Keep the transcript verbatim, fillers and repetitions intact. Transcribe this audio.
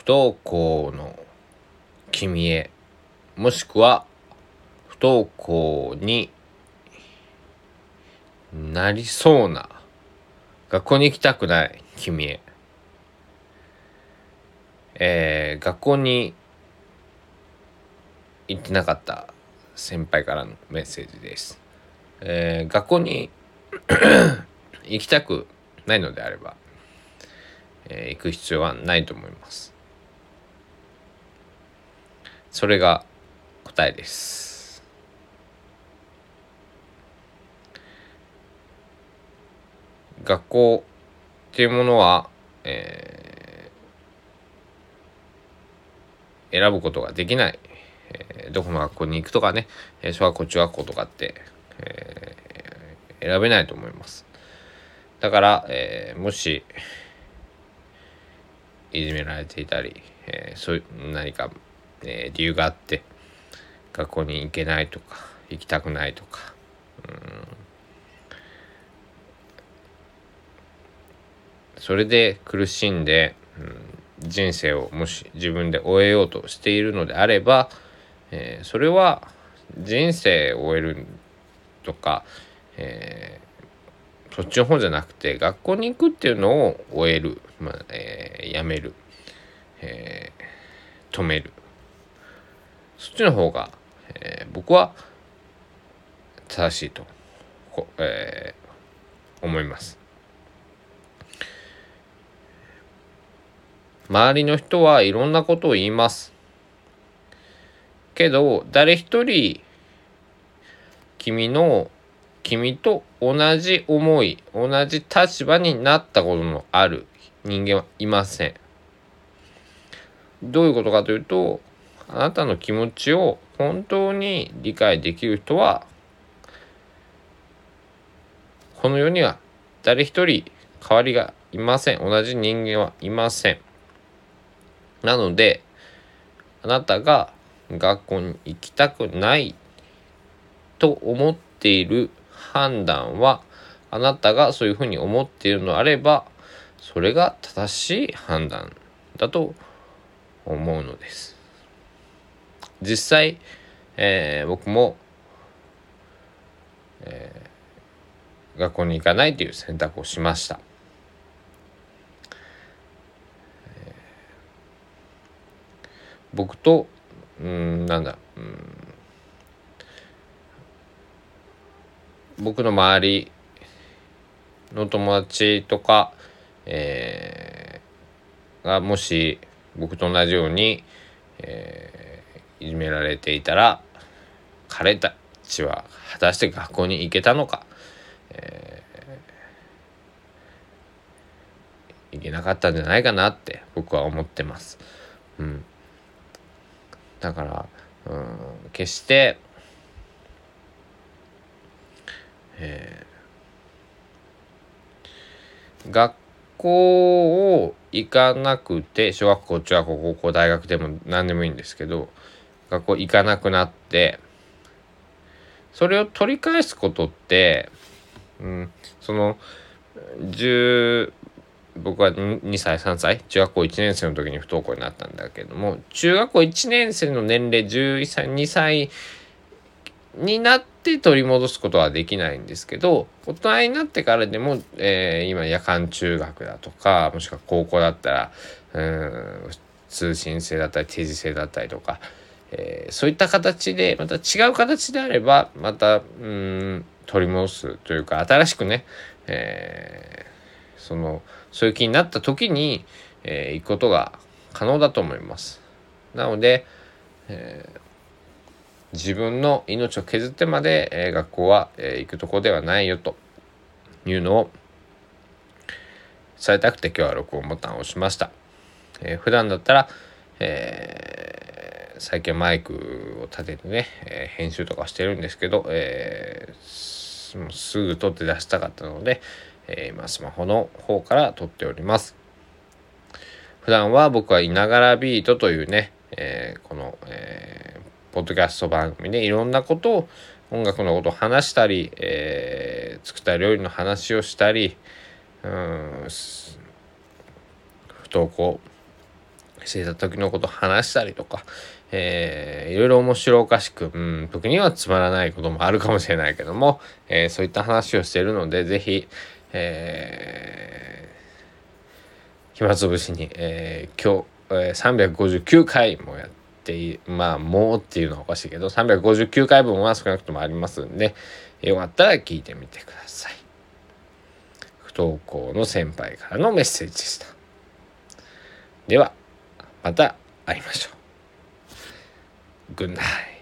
不登校の君へ、もしくは不登校になりそうな、学校に行きたくない君へ、えー、学校に行ってなかった先輩からのメッセージです。えー、学校に行きたくないのであれば、えー、行く必要はないと思います。それが答えです。学校っていうものは、えー、選ぶことができない、えー、どこの学校に行くとかね、小学校中学校とかって、えー、選べないと思います。だから、えー、もしいじめられていたり、えー、そういう何か、えー、理由があって学校に行けないとか行きたくないとか、うん、それで苦しんで、うん、人生をもし自分で終えようとしているのであれば、えー、それは人生を終えるとか、えー、そっちの方じゃなくて学校に行くっていうのを終える、まあえー、やめる、えー、止める、そっちの方が、えー、僕は正しいと、えー、思います。周りの人はいろんなことを言いますけど、誰一人君の君と同じ思い、同じ立場になったことのある人間はいません。どういうことかというと、あなたの気持ちを本当に理解できる人はこの世には誰一人代わりがいません。同じ人間はいません。なので、あなたが学校に行きたくないと思っている判断は、あなたがそういうふうに思っているのであれば、それが正しい判断だと思うのです。実際、えー、僕も、えー、学校に行かないという選択をしました。えー、僕とうーんなんだうーん僕の周りの友達とか、えー、がもし僕と同じように、えー、いじめられていたら、彼たちは果たして学校に行けたのか、えー、行けなかったんじゃないかなって僕は思ってます。うん、だから、うん、決して、えー、学校を行かなくて、小学校中学校高校大学でも何でもいいんですけど、学校行かなくなってそれを取り返すことって、うん、その10僕はにさいさんさい中学校いちねん生の時に不登校になったんだけども、中学校いちねん生の年齢じゅういっさいにさいになって取り戻すことはできないんですけど、大人になってからでも、えー、今夜間中学だとか、もしくは高校だったらうん通信制だったり定時制だったりとか、えー、そういった形でまた違う形であればまたうん取り戻すというか、新しくね、えー、そのそういう気になった時に、えー、行くことが可能だと思います。なので、えー自分の命を削ってまで、えー、学校は、えー、行くとこではないよというのを伝えたくて今日は録音ボタンを押しました。えー、普段だったら、えー、最近マイクを立ててね、えー、編集とかしてるんですけど、えー、もうすぐ撮って出したかったので、えー、今スマホの方から撮っております。普段は僕はいながらビートというね、えー、この、えーポッドキャスト番組でいろんなことを音楽のことを話したり、えー、作った料理の話をしたり、うん不登校していた時のことを話したりとか、えー、いろいろ面白おかしく、うん、時にはつまらないこともあるかもしれないけども、えー、そういった話をしているので、ぜひ、えー、暇つぶしに、えー、今日、えー、さんびゃくごじゅうきゅうかいもやってまあもうっていうのはおかしいけどさんびゃくごじゅうきゅうかいぶんは少なくともありますんで、よかったら聞いてみてください。不登校の先輩からのメッセージでした。ではまた会いましょう。グッナイ。